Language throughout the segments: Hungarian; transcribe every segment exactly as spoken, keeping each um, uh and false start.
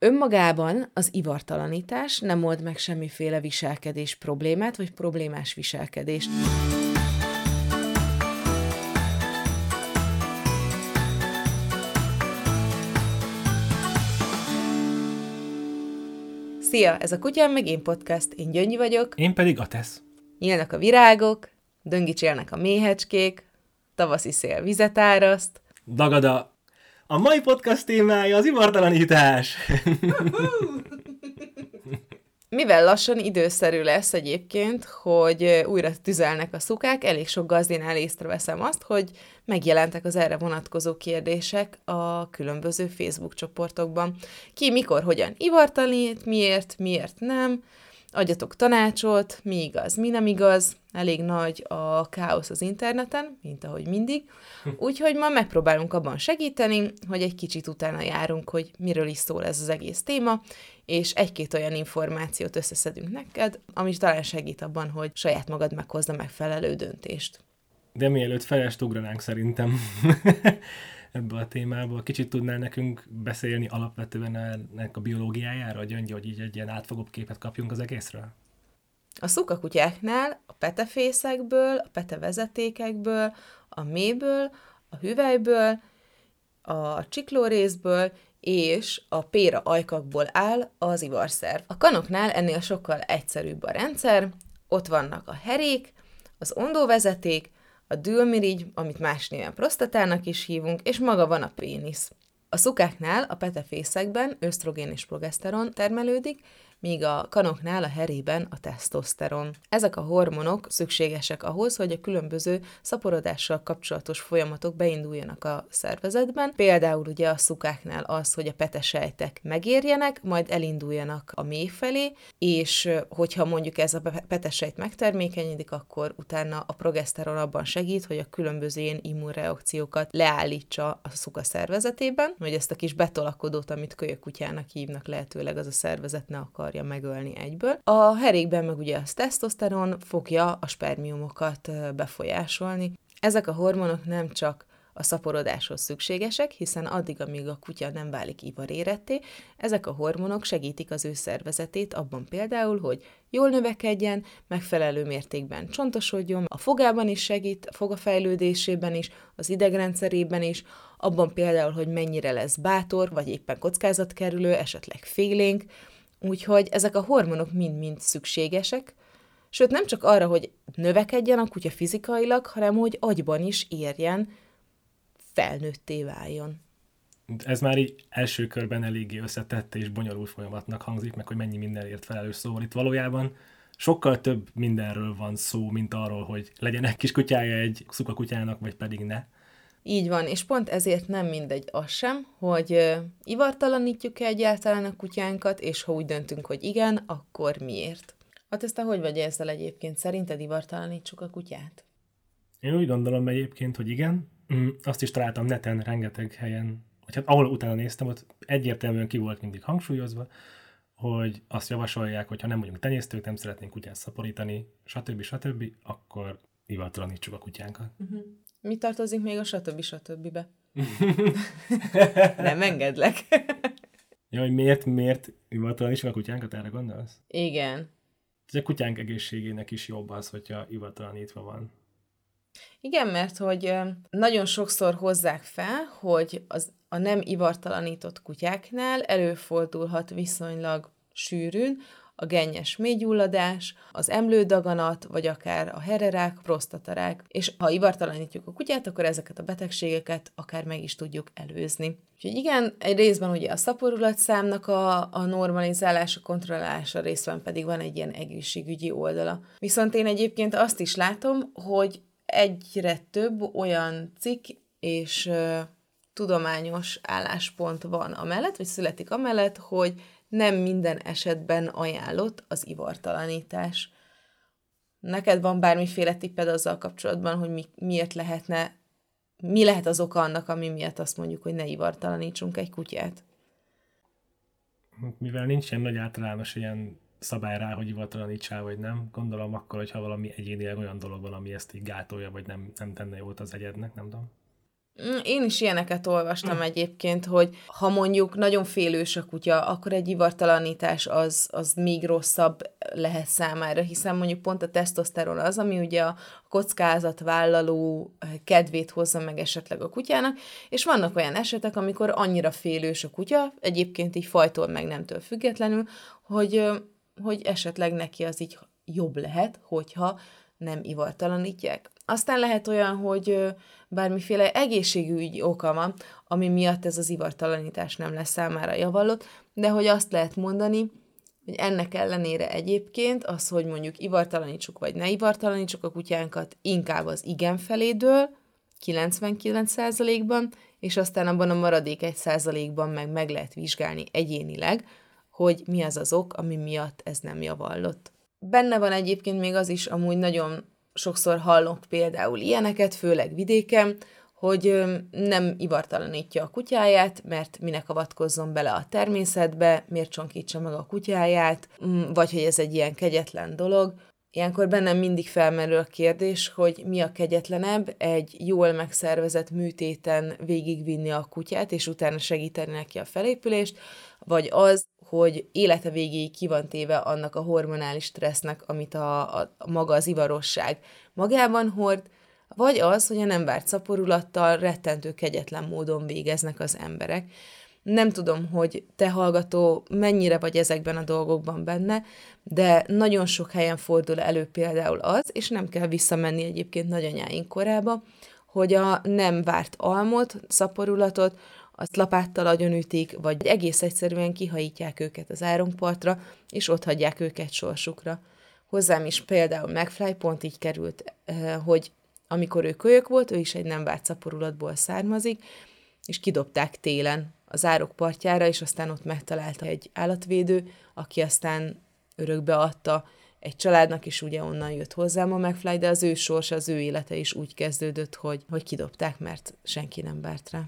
Önmagában az ivartalanítás nem old meg semmiféle viselkedés problémát, vagy problémás viselkedést. Szia! Ez a Kutyám meg én podcast. Én Gyöngyi vagyok. Én pedig Atesz. Nyílnak a virágok, döngicsélnek a méhecskék, tavaszi szél vizet áraszt. Dagada! A mai podcast témája az ivartalanítás! Mivel lassan időszerű lesz egyébként, hogy újra tüzelnek a szukák, elég sok gazdinál észreveszem azt, hogy megjelentek az erre vonatkozó kérdések a különböző Facebook csoportokban. Ki, mikor, hogyan ivartalanít, miért, miért nem, adjatok tanácsot, mi igaz, mi nem igaz, elég nagy a káosz az interneten, mint ahogy mindig, úgyhogy ma megpróbálunk abban segíteni, hogy egy kicsit utána járunk, hogy miről is szól ez az egész téma, és egy-két olyan információt összeszedünk neked, ami talán segít abban, hogy saját magad meghozd a megfelelő döntést. De mielőtt felest ugranánk szerintem ebbe a témába, kicsit tudnál nekünk beszélni alapvetően ennek a biológiájára, Gyöngyi, hogy így egy ilyen átfogóbb képet kapjunk az egészről? A szukakutyáknál a petefészekből, a petevezetékekből, a mélyből, a hüvelyből, a csiklórészből és a péra ajkakból áll az ivarszerv. A kanoknál ennél sokkal egyszerűbb a rendszer, ott vannak a herék, az ondóvezeték, a dülmirigy, amit más néven prostatának is hívunk, és maga van a pénisz. A szukáknál, a petefészekben ösztrogén és progeszteron termelődik, míg a kanoknál, a herében a tesztoszteron. Ezek a hormonok szükségesek ahhoz, hogy a különböző szaporodással kapcsolatos folyamatok beinduljanak a szervezetben. Például ugye a szukáknál az, hogy a petesejtek megérjenek, majd elinduljanak a méh felé, és hogyha mondjuk ez a petesejt megtermékenyedik, akkor utána a progeszteron abban segít, hogy a különböző ilyen immunreakciókat leállítsa a szuka szervezetében, hogy ezt a kis betolakodót, amit kölyökkutyának hívnak, lehetőleg az a szervezet ne akar megölni egyből. A herékben meg ugye az tesztoszteron fogja a spermiumokat befolyásolni. Ezek a hormonok nem csak a szaporodáshoz szükségesek, hiszen addig, amíg a kutya nem válik ivaréretté, ezek a hormonok segítik az ő szervezetét abban például, hogy jól növekedjen, megfelelő mértékben csontosodjon, a fogában is segít, a foga fejlődésében is, az idegrendszerében is, abban például, hogy mennyire lesz bátor, vagy éppen kockázatkerülő, esetleg félénk. Úgyhogy ezek a hormonok mind-mind szükségesek, sőt nem csak arra, hogy növekedjen a kutya fizikailag, hanem hogy agyban is érjen, felnőtté váljon. Ez már így első körben eléggé összetett és bonyolult folyamatnak hangzik, meg hogy mennyi mindenért felelős szó van itt valójában. Sokkal több mindenről van szó, mint arról, hogy legyen egy kis kutyája egy szukakutyának, vagy pedig ne. Így van, és pont ezért nem mindegy az sem, hogy uh, ivartalanítjuk-e egyáltalán a kutyánkat, és ha úgy döntünk, hogy igen, akkor miért? Hát aztán hogy vagy ezzel egyébként? Szerinted ivartalanítsuk a kutyát? Én úgy gondolom egyébként, hogy igen. Azt is találtam neten rengeteg helyen, vagy hát ahol utána néztem, ott egyértelműen ki volt mindig hangsúlyozva, hogy azt javasolják, hogy ha nem vagyunk tenyésztők, nem szeretnénk kutyát szaporítani, stb. stb., akkor ivartalanítsuk a kutyánkat. Uh-huh. Mi tartozik még a stb. Stb.-be? Nem engedlek. Ja, hogy miért, miért ivartalanítsuk a kutyánkat, erre gondolsz? Igen. Ez a kutyánk egészségének is jobb az, hogyha ivartalanítva van. Igen, mert hogy nagyon sokszor hozzák fel, hogy az, a nem ivartalanított kutyáknál előfordulhat viszonylag sűrűn a gennyes méhgyulladás, az emlődaganat, vagy akár a hererák, prostatarák, és ha ivartalanítjuk a kutyát, akkor ezeket a betegségeket akár meg is tudjuk előzni. Úgyhogy igen, egy részben ugye a szaporulatszámnak a, a normalizálása, kontrollálása, részben pedig van egy ilyen egészségügyi oldala. Viszont én egyébként azt is látom, hogy egyre több olyan cikk és uh, tudományos álláspont van amellett, vagy születik amellett, hogy nem minden esetben ajánlott az ivartalanítás. Neked van bármiféle tipped azzal kapcsolatban, hogy mi, miért lehetne, mi lehet az oka annak, ami miatt azt mondjuk, hogy ne ivartalanítsunk egy kutyát? Mivel nincs ilyen nagy általános ilyen szabály rá, hogy ivartalanítsál, vagy nem, gondolom akkor, hogyha valami egyénileg olyan dolog van, ami ezt így gátolja, vagy nem, nem tenne jót az egyednek, nem tudom. Én is ilyeneket olvastam mm. egyébként, hogy ha mondjuk nagyon félős a kutya, akkor egy ivartalanítás az, az még rosszabb lehet számára, hiszen mondjuk pont a tesztoszteron az, ami ugye a kockázatvállaló kedvét hozza meg esetleg a kutyának, és vannak olyan esetek, amikor annyira félős a kutya, egyébként így fajtól meg nemtől függetlenül, hogy, hogy esetleg neki az így jobb lehet, hogyha nem ivartalanítják. Aztán lehet olyan, hogy bármiféle egészségügyi oka van, ami miatt ez az ivartalanítás nem lesz számára javallott, de hogy azt lehet mondani, hogy ennek ellenére egyébként az, hogy mondjuk ivartalanítsuk vagy ne ivartalanítsuk a kutyánkat, inkább az igen felédől, kilencvenkilenc százalékban, és aztán abban a maradék egy százalékban meg meg lehet vizsgálni egyénileg, hogy mi az az ok, ami miatt ez nem javallott. Benne van egyébként még az is, amúgy nagyon sokszor hallok például ilyeneket, főleg vidéken, hogy nem ivartalanítja a kutyáját, mert minek avatkozzon bele a természetbe, miért csonkítsa meg a kutyáját, vagy hogy ez egy ilyen kegyetlen dolog. Ilyenkor bennem mindig felmerül a kérdés, hogy mi a kegyetlenebb, egy jól megszervezett műtéten végigvinni a kutyát, és utána segíteni neki a felépülést, vagy az, hogy élete végéig ki van téve annak a hormonális stressznek, amit a, a, a maga az ivarosság magában hord, vagy az, hogy a nem várt szaporulattal rettentő kegyetlen módon végeznek az emberek. Nem tudom, hogy te hallgató mennyire vagy ezekben a dolgokban benne, de nagyon sok helyen fordul elő például az, és nem kell visszamenni egyébként nagyanyáink korába, hogy a nem várt almot, szaporulatot, azt lapáttal agyonütik, vagy egész egyszerűen kihajítják őket az árongpartra, és ott hagyják őket sorsukra. Hozzám is például McFly pont így került, hogy amikor ő kölyök volt, ő is egy nem várt szaporulatból származik, és kidobták télen az árok partjára, és aztán ott megtalálta egy állatvédő, aki aztán örökbe adta egy családnak, és ugye onnan jött hozzám a McFly, de az ő sorsa, az ő élete is úgy kezdődött, hogy, hogy kidobták, mert senki nem várt rá.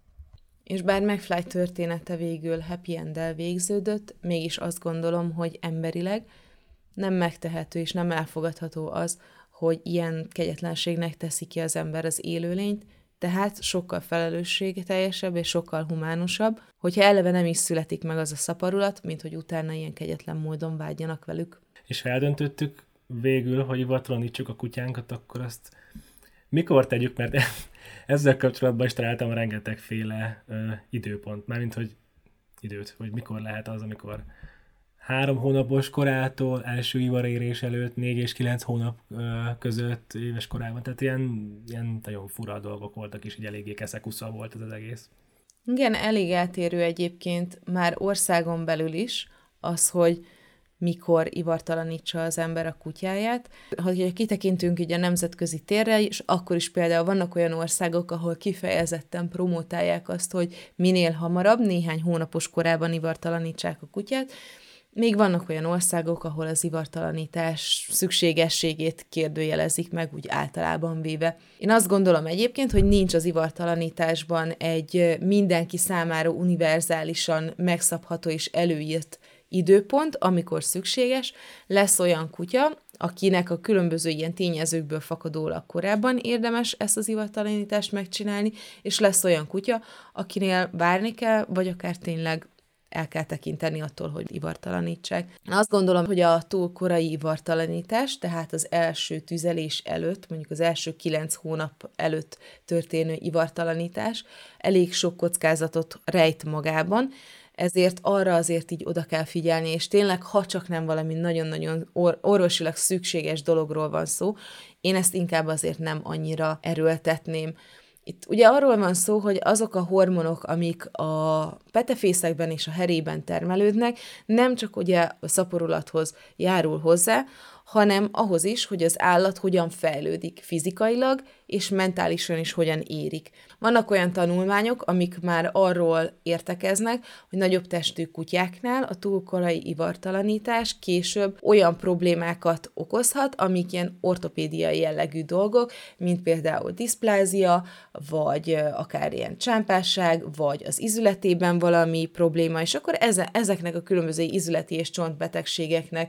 És bár McFly története végül happy enddel végződött, mégis azt gondolom, hogy emberileg nem megtehető és nem elfogadható az, hogy ilyen kegyetlenségnek teszi ki az ember az élőlényt, tehát sokkal felelősségteljesebb és sokkal humánusabb, hogyha eleve nem is születik meg az a szaporulat, mint hogy utána ilyen kegyetlen módon vágjanak velük. És ha eldöntöttük végül, hogy ivartalanítsuk a kutyánkat, akkor azt mikor tegyük, mert ezzel kapcsolatban is találtam rengetegféle ö, időpont, mármint hogy időt, hogy mikor lehet az, amikor három hónapos korától, első ivarérés előtt, négy és kilenc hónap ö, között éves korában, tehát ilyen, ilyen nagyon fura dolgok voltak, és így eléggé keszekusza volt ez az egész. Igen, elég eltérő egyébként már országon belül is az, hogy mikor ivartalanítsa az ember a kutyáját. Ha kitekintünk így a nemzetközi térre, és akkor is például vannak olyan országok, ahol kifejezetten promotálják azt, hogy minél hamarabb, néhány hónapos korában ivartalanítsák a kutyát. Még vannak olyan országok, ahol az ivartalanítás szükségességét kérdőjelezik meg, úgy általában véve. Én azt gondolom egyébként, hogy nincs az ivartalanításban egy mindenki számára univerzálisan megszabható és előírt időpont, amikor szükséges, lesz olyan kutya, akinek a különböző ilyen tényezőkből fakadólag korábban érdemes ezt az ivartalanítást megcsinálni, és lesz olyan kutya, akinél várni kell, vagy akár tényleg el kell tekinteni attól, hogy ivartalanítsák. Azt gondolom, hogy a túl korai ivartalanítás, tehát az első tüzelés előtt, mondjuk az első kilenc hónap előtt történő ivartalanítás elég sok kockázatot rejt magában, ezért arra azért így oda kell figyelni, és tényleg, ha csak nem valami nagyon-nagyon or- orvosilag szükséges dologról van szó, én ezt inkább azért nem annyira erőltetném. Itt ugye arról van szó, hogy azok a hormonok, amik a petefészekben és a herében termelődnek, nem csak ugye a szaporulathoz járul hozzá, hanem ahhoz is, hogy az állat hogyan fejlődik fizikailag, és mentálisan is hogyan érik. Vannak olyan tanulmányok, amik már arról értekeznek, hogy nagyobb testű kutyáknál a túl korai ivartalanítás később olyan problémákat okozhat, amik ilyen ortopédiai jellegű dolgok, mint például diszplázia, vagy akár ilyen csámpásság, vagy az izületében valami probléma, és akkor eze, ezeknek a különböző izületi és csontbetegségeknek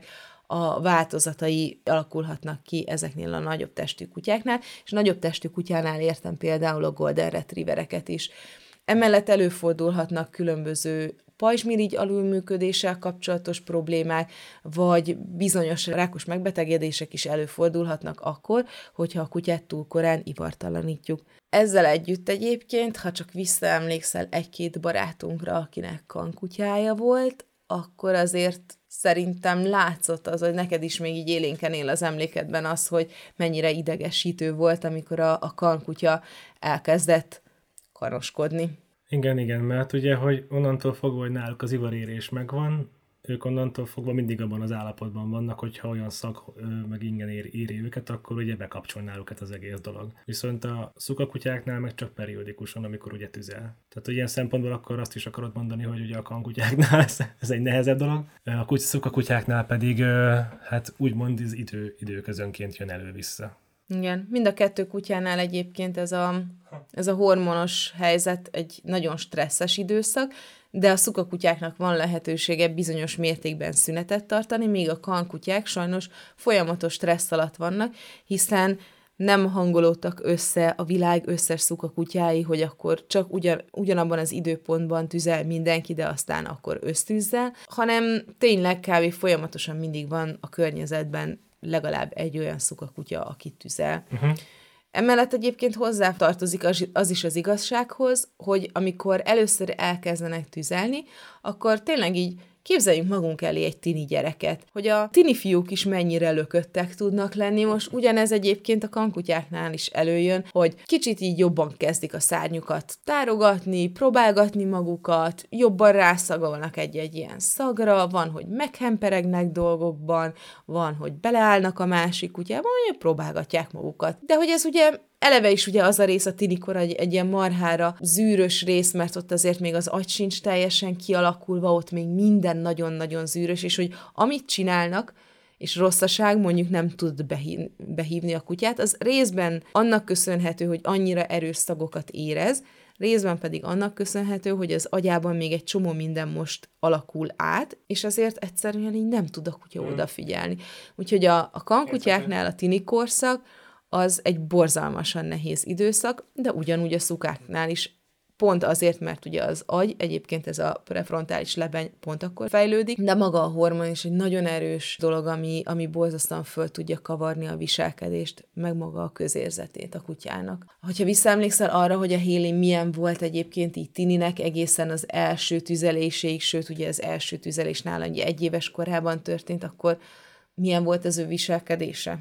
a változatai alakulhatnak ki ezeknél a nagyobb testű kutyáknál, és nagyobb testű kutyánál értem például a golden retrievereket is. Emellett előfordulhatnak különböző pajzsmirigy alulműködéssel kapcsolatos problémák, vagy bizonyos rákos megbetegedések is előfordulhatnak akkor, hogyha a kutyát túl korán ivartalanítjuk. Ezzel együtt egyébként, ha csak visszaemlékszel egy-két barátunkra, akinek kankutyája volt, akkor azért szerintem látszott az, hogy neked is még így élénken él az emlékedben az, hogy mennyire idegesítő volt, amikor a, a kankutya elkezdett karoskodni. Igen, igen, mert ugye, hogy onnantól fogva, hogy náluk az ivarérés megvan, ők onnantól fogva mindig abban az állapotban vannak, hogyha olyan szag meg ingen ér, éri őket, akkor ugye bekapcsol náluk az egész dolog. Viszont a szukakutyáknál meg csak periódikusan, amikor ugye tüzel. Tehát ilyen szempontból akkor azt is akarod mondani, hogy ugye a kankutyáknál ez, ez egy nehezebb dolog. A szukakutyáknál pedig hát úgymond az idő, időközönként jön elő-vissza. Igen, mind a kettő kutyánál egyébként ez a, ez a hormonos helyzet egy nagyon stresszes időszak, de a szukakutyáknak van lehetősége bizonyos mértékben szünetet tartani, míg a kankutyák sajnos folyamatos stressz alatt vannak, hiszen nem hangolódtak össze a világ összes szukakutyái, hogy akkor csak ugyan, ugyanabban az időpontban tüzel mindenki, de aztán akkor össztűzzel, hanem tényleg kb. Folyamatosan mindig van a környezetben legalább egy olyan szukakutya, aki tüzel. Uh-huh. Emellett egyébként hozzá tartozik az, az is az igazsághoz, hogy amikor először elkezdenek tüzelni, akkor tényleg így képzeljünk magunk elé egy tini gyereket, hogy a tini fiúk is mennyire lököttek tudnak lenni. Most ugyanez egyébként a kankutyáknál is előjön, hogy kicsit így jobban kezdik a szárnyukat tárogatni, próbálgatni magukat, jobban rászagolnak egy-egy ilyen szagra, van, hogy meghemperegnek dolgokban, van, hogy beleállnak a másik kutyában, vagy próbálgatják magukat. De hogy ez ugye eleve is ugye az a rész a tinikor egy, egy ilyen marhára zűrös rész, mert ott azért még az agy sincs teljesen kialakulva, ott még minden nagyon-nagyon zűrös, és hogy amit csinálnak, és rosszaság mondjuk nem tud behív, behívni a kutyát, az részben annak köszönhető, hogy annyira erős szagokat érez, részben pedig annak köszönhető, hogy az agyában még egy csomó minden most alakul át, és azért egyszerűen így nem tud a kutya hmm. odafigyelni. Úgyhogy a, a kankutyáknál a tini korszak az egy borzalmasan nehéz időszak, de ugyanúgy a szukáknál is pont azért, mert ugye az agy, egyébként ez a prefrontális lebeny pont akkor fejlődik, de maga a hormon is egy nagyon erős dolog, ami, ami borzasztóan föl tudja kavarni a viselkedést, meg maga a közérzetét a kutyának. Hogyha visszaemlékszel arra, hogy a Hailey milyen volt egyébként így tininek egészen az első tüzeléséig, sőt ugye az első tüzelés nála ugye egy éves korában történt, akkor milyen volt az ő viselkedése?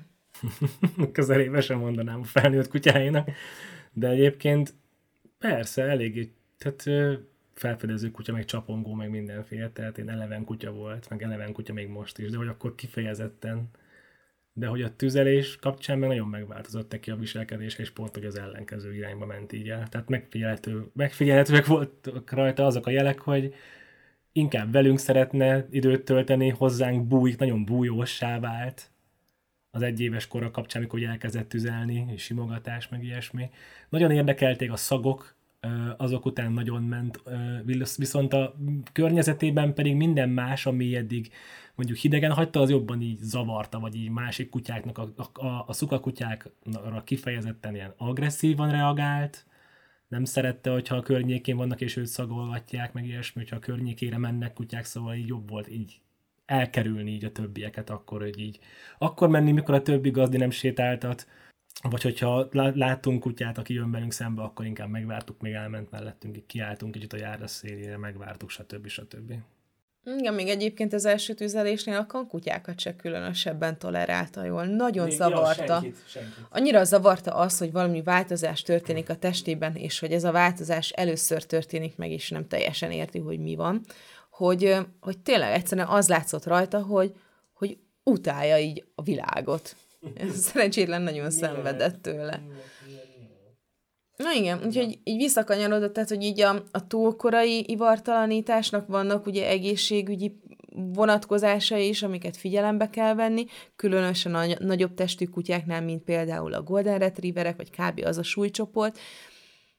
Közelébe sem mondanám a felnőtt kutyáinak, de egyébként persze, eléggé, tehát felfedező kutya, meg csapongó, meg mindenféle, tehát én eleven kutya volt, meg eleven kutya még most is, de hogy akkor kifejezetten, de hogy a tüzelés kapcsán meg nagyon megváltozott neki a viselkedése, és pont, hogy az ellenkező irányba ment így el. Tehát megfigyelhető, megfigyelhetőek voltak rajta azok a jelek, hogy inkább velünk szeretne időt tölteni, hozzánk bújik, nagyon bújóssá vált az egyéves kora kapcsán, amikor elkezdett tüzelni, és simogatás, meg ilyesmi. Nagyon érdekelték a szagok, azok után nagyon ment, viszont a környezetében pedig minden más, ami eddig mondjuk hidegen hagyta, az jobban így zavarta, vagy így másik kutyáknak, a, a, a szukakutyákra kifejezetten ilyen agresszívan reagált, nem szerette, hogyha a környékén vannak, és őt szagolgatják, meg ilyesmi, hogyha a környékére mennek kutyák, szóval így jobb volt így elkerülni így a többieket, akkor, hogy így akkor menni, mikor a többi gazdi nem sétáltat, vagy hogyha láttunk kutyát, aki jön velünk szembe, akkor inkább megvártuk, még elment mellettünk, így kiálltunk kicsit a járda szélére, megvártuk, stb. stb. Igen, még egyébként az első tüzelésnél a kankutyákat se különösebben tolerálta jól. Nagyon még zavarta. Ja, senkit, senkit. Annyira zavarta az, hogy valami változás történik a testében, és hogy ez a változás először történik meg, és nem teljesen érti, hogy mi van, hogy, hogy tényleg egyszerűen az látszott rajta, hogy, hogy utálja így a világot. Szerencsétlen nagyon szenvedett tőle. Na igen, úgyhogy így visszakanyarodott, tehát, hogy így a, a túlkorai ivartalanításnak vannak ugye egészségügyi vonatkozásai is, amiket figyelembe kell venni, különösen a nagyobb testű kutyáknál, mint például a golden retrieverek, vagy kb. Az a súlycsoport,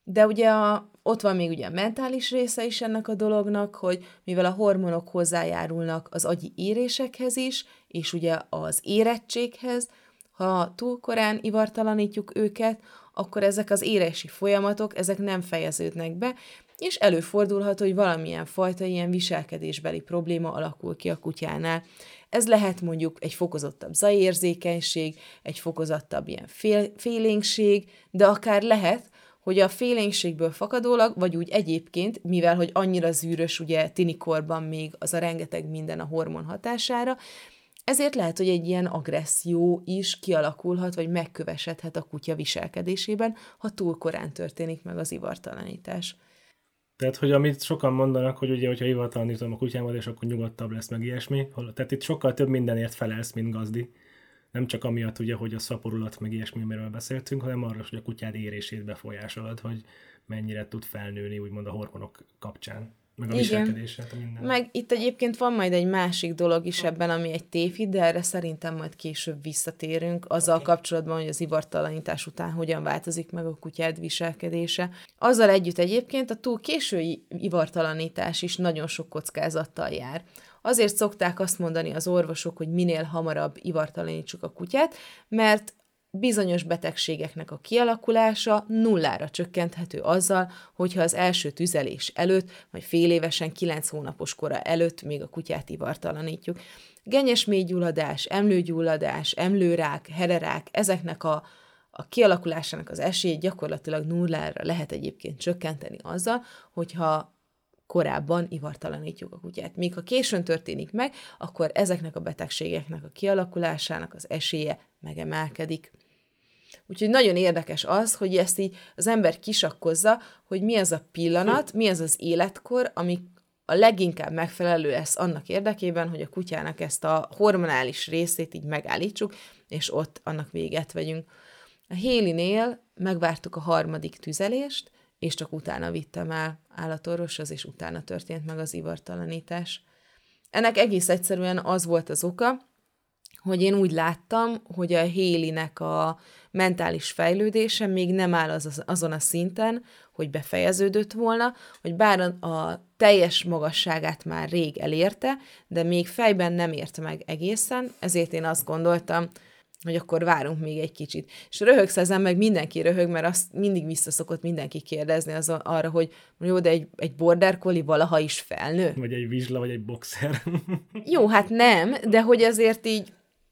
De ugye a, ott van még ugye a mentális része is ennek a dolognak, hogy mivel a hormonok hozzájárulnak az agyi érésekhez is, és ugye az érettséghez, ha túl korán ivartalanítjuk őket, akkor ezek az érési folyamatok, ezek nem fejeződnek be, és előfordulhat, hogy valamilyen fajta ilyen viselkedésbeli probléma alakul ki a kutyánál. Ez lehet mondjuk egy fokozottabb zajérzékenység, egy fokozottabb ilyen fél, félénkség, de akár lehet, hogy a félénkségből fakadólag, vagy úgy egyébként, mivel hogy annyira zűrös ugye tinikorban még az a rengeteg minden a hormon hatására, ezért lehet, hogy egy ilyen agresszió is kialakulhat, vagy megkövesedhet a kutya viselkedésében, ha túl korán történik meg az ivartalanítás. Tehát, hogy amit sokan mondanak, hogy ugye, hogyha ivartalanítom a kutyámat, és akkor nyugodtabb lesz, meg ilyesmi. Tehát itt sokkal több mindenért felelsz, mint gazdi. Nem csak amiatt, ugye, hogy a szaporulat, meg ilyesmi, amiről beszéltünk, hanem arra, hogy a kutyád érését befolyásolod, hogy mennyire tud felnőni, úgymond a hormonok kapcsán. Meg a viselkedését. Meg itt egyébként van majd egy másik dolog is ebben, ami egy tévhit, de erre szerintem majd később visszatérünk, azzal okay. kapcsolatban, hogy az ivartalanítás után hogyan változik meg a kutyád viselkedése. Azzal együtt egyébként a túl késői ivartalanítás is nagyon sok kockázattal jár. Azért szokták azt mondani az orvosok, hogy minél hamarabb ivartalanítsuk a kutyát, mert bizonyos betegségeknek a kialakulása nullára csökkenthető azzal, hogyha az első tüzelés előtt, vagy fél évesen, kilenc hónapos kora előtt még a kutyát ivartalanítjuk. Genyes mélygyulladás, emlőgyulladás, emlőrák, hererák, ezeknek a, a kialakulásának az esélyét gyakorlatilag nullára lehet egyébként csökkenteni azzal, hogyha korábban ivartalanítjuk a kutyát. Míg ha későn történik meg, akkor ezeknek a betegségeknek a kialakulásának az esélye megemelkedik. Úgyhogy nagyon érdekes az, hogy ezt így az ember kisakkozza, hogy mi az a pillanat, mi az az életkor, ami a leginkább megfelelő lesz annak érdekében, hogy a kutyának ezt a hormonális részét így megállítsuk, és ott annak véget vegyünk. A Hélinél megvártuk a harmadik tüzelést, és csak utána vittem el állatorvoshoz, és utána történt meg az ivartalanítás. Ennek egész egyszerűen az volt az oka, hogy én úgy láttam, hogy a Hélinek a mentális fejlődése még nem áll az, azon a szinten, hogy befejeződött volna, hogy bár a teljes magasságát már rég elérte, de még fejben nem ért meg egészen, ezért én azt gondoltam, hogy akkor várunk még egy kicsit. És röhögsz ezen, meg mindenki röhög, mert azt mindig visszaszokott mindenki kérdezni az arra, hogy jó, de egy, egy border collie valaha is felnő. Vagy egy vizsla, vagy egy boxer. Jó, hát nem, de hogy azért így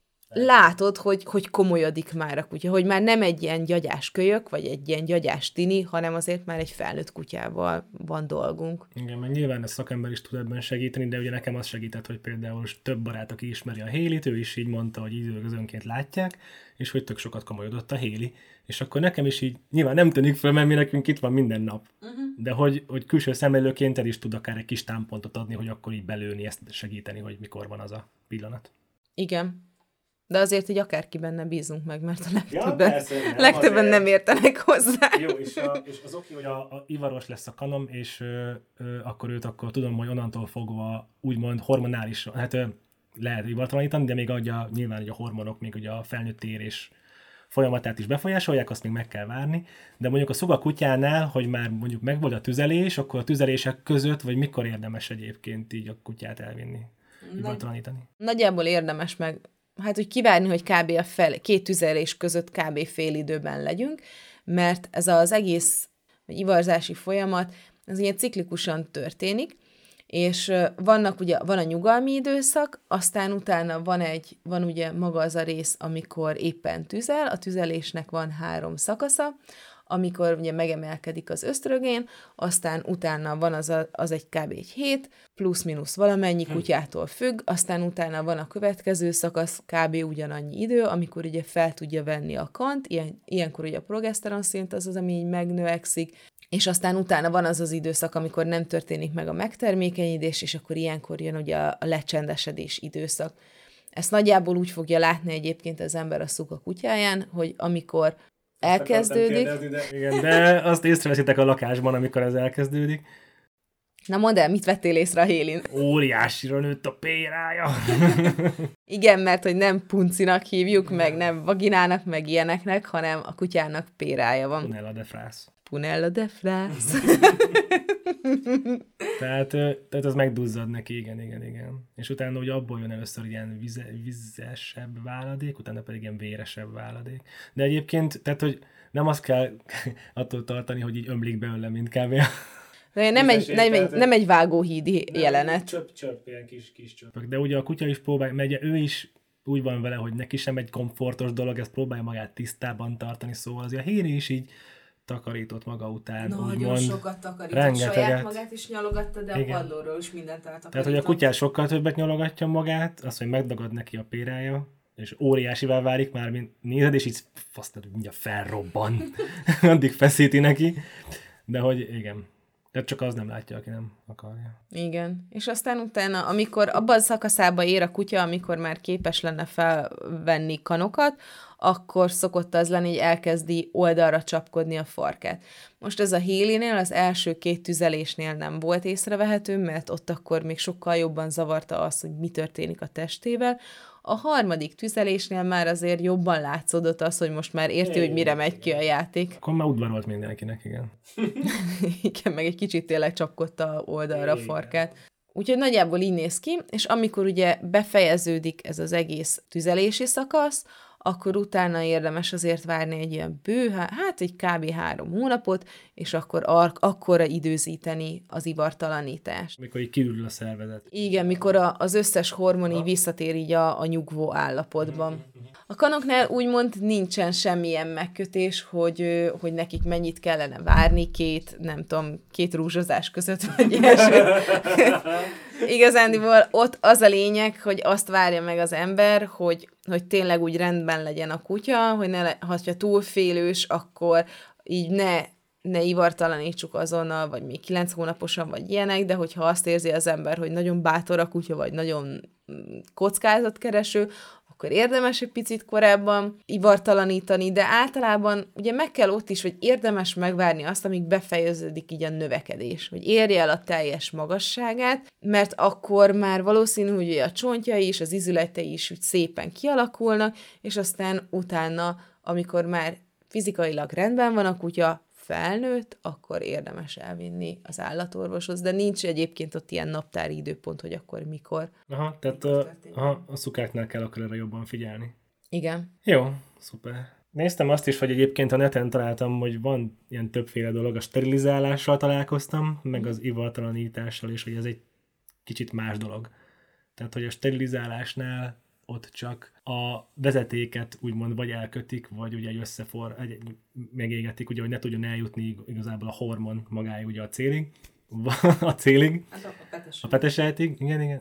látod, hogy, hogy komolyodik már a kutya, hogy már nem egy ilyen gyagyás kölyök, vagy egy ilyen gyagyás tini, hanem azért már egy felnőtt kutyával van dolgunk. Igen, meg nyilván a szakember is tud ebben segíteni, de ugye nekem az segített, hogy például több barát, aki ismeri a Hélit, ő is így mondta, hogy időközönként látják, és hogy tök sokat komolyodott a Héli. És akkor nekem is így, nyilván nem tűnik föl, mert mi nekünk itt van minden nap. Uh-huh. De hogy, hogy külső szemlélőként el is tud akár egy kis támpontot adni, hogy akkor így belőni, ezt segíteni, hogy mikor van az a pillanat. Igen. De azért így akárki benne bízunk meg, mert a legtöbben, ja, persze, nem, legtöbben nem értenek hozzá. Jó, és, a, és az oké, hogy a, a ivaros lesz a kanom, és ö, ö, akkor őt akkor tudom, hogy onnantól fogva úgymond hormonális, hát ö, lehet ivartalanítani, de még adja, nyilván hogy a hormonok, még ugye a felnőtt érés folyamatát is befolyásolják, azt még meg kell várni, de mondjuk a szuga kutyánál, hogy már mondjuk megvolt a tüzelés, akkor a tüzelések között, vagy mikor érdemes egyébként így a kutyát elvinni, ivartalanítani? Nagyjából érdemes meg, hát hogy kivárni, hogy kb. A fel, két tüzelés között kb. Fél időben legyünk, mert ez az egész vagy ivarzási folyamat, ez ilyen ciklikusan történik, és vannak ugye, van a nyugalmi időszak, aztán utána van egy, van ugye maga az a rész, amikor éppen tüzel, a tüzelésnek van három szakasza, amikor ugye megemelkedik az ösztrogén, aztán utána van az, a, az egy kb. Egy hét, plusz-minusz valamennyi kutyától függ, aztán utána van a következő szakasz, kb. Ugyanannyi idő, amikor ugye fel tudja venni a kant, ilyen, ilyenkor ugye a progeszteron szint az az, ami így megnövekszik, és aztán utána van az az időszak, amikor nem történik meg a megtermékenyedés, és akkor ilyenkor jön ugye a, a lecsendesedés időszak. Ezt nagyjából úgy fogja látni egyébként az ember a szuga kutyáján, hogy amikor elkezdődik. Kérdezni, de, igen, de azt észreveszitek a lakásban, amikor ez elkezdődik. Na mondd el, mit vettél észre a Hélin? Óriásira nőtt a pérája. Igen, mert hogy nem puncinak hívjuk, meg nem vaginának, meg ilyeneknek, hanem a kutyának pérája van. Nella de frász. Punella de frász. tehát, tehát az megduzzad neki, igen, igen, igen. És utána ugye abból jön először ilyen vize, vizesebb váladék, utána pedig ilyen véresebb váladék. De egyébként, tehát, hogy nem azt kell attól tartani, hogy így ömlik belőle, mint kávé. De nem, egy, nem, egy, nem egy vágóhídi jelenet. Csöpp-csöpp, ilyen kis, kis csöppök. De ugye a kutya is próbál, mert ő is úgy van vele, hogy neki sem egy komfortos dolog, ezt próbálja magát tisztában tartani, szóval azért a Héri is így takarított maga után. Nagyon úgymond, sokat takarított, rengeteget. Saját magát is nyalogatta, de igen. A padlóról is mindent eltakarított. Tehát, hogy a kutyás sokkal többet nyalogatja magát, azt, hogy megdagad neki a pérája, és óriásivá válik már, mint nézed, és így fasztad, mindjárt felrobban. Addig feszíti neki. De hogy igen. Tehát csak az nem látja, aki nem akarja. Igen. És aztán utána, amikor abban a szakaszába ér a kutya, amikor már képes lenne felvenni kanokat, akkor szokott az lenni, hogy elkezdi oldalra csapkodni a farkát. Most ez a Hélinél az első két tüzelésnél nem volt észrevehető, mert ott akkor még sokkal jobban zavarta az, hogy mi történik a testével. A harmadik tüzelésnél már azért jobban látszódott az, hogy most már érti, hogy mire megy ki a játék. Akkor már udvarolt mindenkinek, igen. Igen, meg egy kicsit tényleg csapkodta oldalra a farkát. Úgyhogy nagyjából így néz ki, és amikor ugye befejeződik ez az egész tüzelési szakasz, akkor utána érdemes azért várni egy ilyen bő, hát egy kb. három hónapot, és akkor ar- akkora időzíteni az ivartalanítást. Mikor így kiürül a szervezet. Igen, mikor a, az összes hormon így visszatér így a, a nyugvó állapotban. A kanoknál úgymond nincsen semmilyen megkötés, hogy, hogy nekik mennyit kellene várni két, nem tudom, két rúzsozás között, vagy ilyesmi. Igazándiból ott az a lényeg, hogy azt várja meg az ember, hogy, hogy tényleg úgy rendben legyen a kutya, hogy ne le, ha túl félős, akkor így ne, ne ivartalanítsuk azonnal, vagy még kilenc hónaposan, vagy ilyenek, de hogyha azt érzi az ember, hogy nagyon bátor a kutya, vagy nagyon kockázatkereső, akkor érdemes egy picit korábban ivartalanítani, de általában ugye meg kell ott is, hogy érdemes megvárni azt, amíg befejeződik így a növekedés, hogy érje el a teljes magasságát, mert akkor már valószínű, hogy a csontjai is, az izületei is úgy szépen kialakulnak, és aztán utána, amikor már fizikailag rendben van a kutya, felnőtt, akkor érdemes elvinni az állatorvoshoz, de nincs egyébként ott ilyen naptári időpont, hogy akkor mikor. Aha, tehát a, aha, a szukáknál kell akkor erre jobban figyelni. Igen. Jó, szuper. Néztem azt is, hogy egyébként a neten találtam, hogy van ilyen többféle dolog, a sterilizálással találkoztam, meg az ivartalanítással, és hogy ez egy kicsit más dolog. Tehát, hogy a sterilizálásnál ott csak a vezetéket úgymond vagy elkötik, vagy ugye egy összefor, egy, megégetik, ugye, hogy ne tudjon eljutni igazából a hormon magáig ugye a célig, a célig, a petesejtig, igen, igen,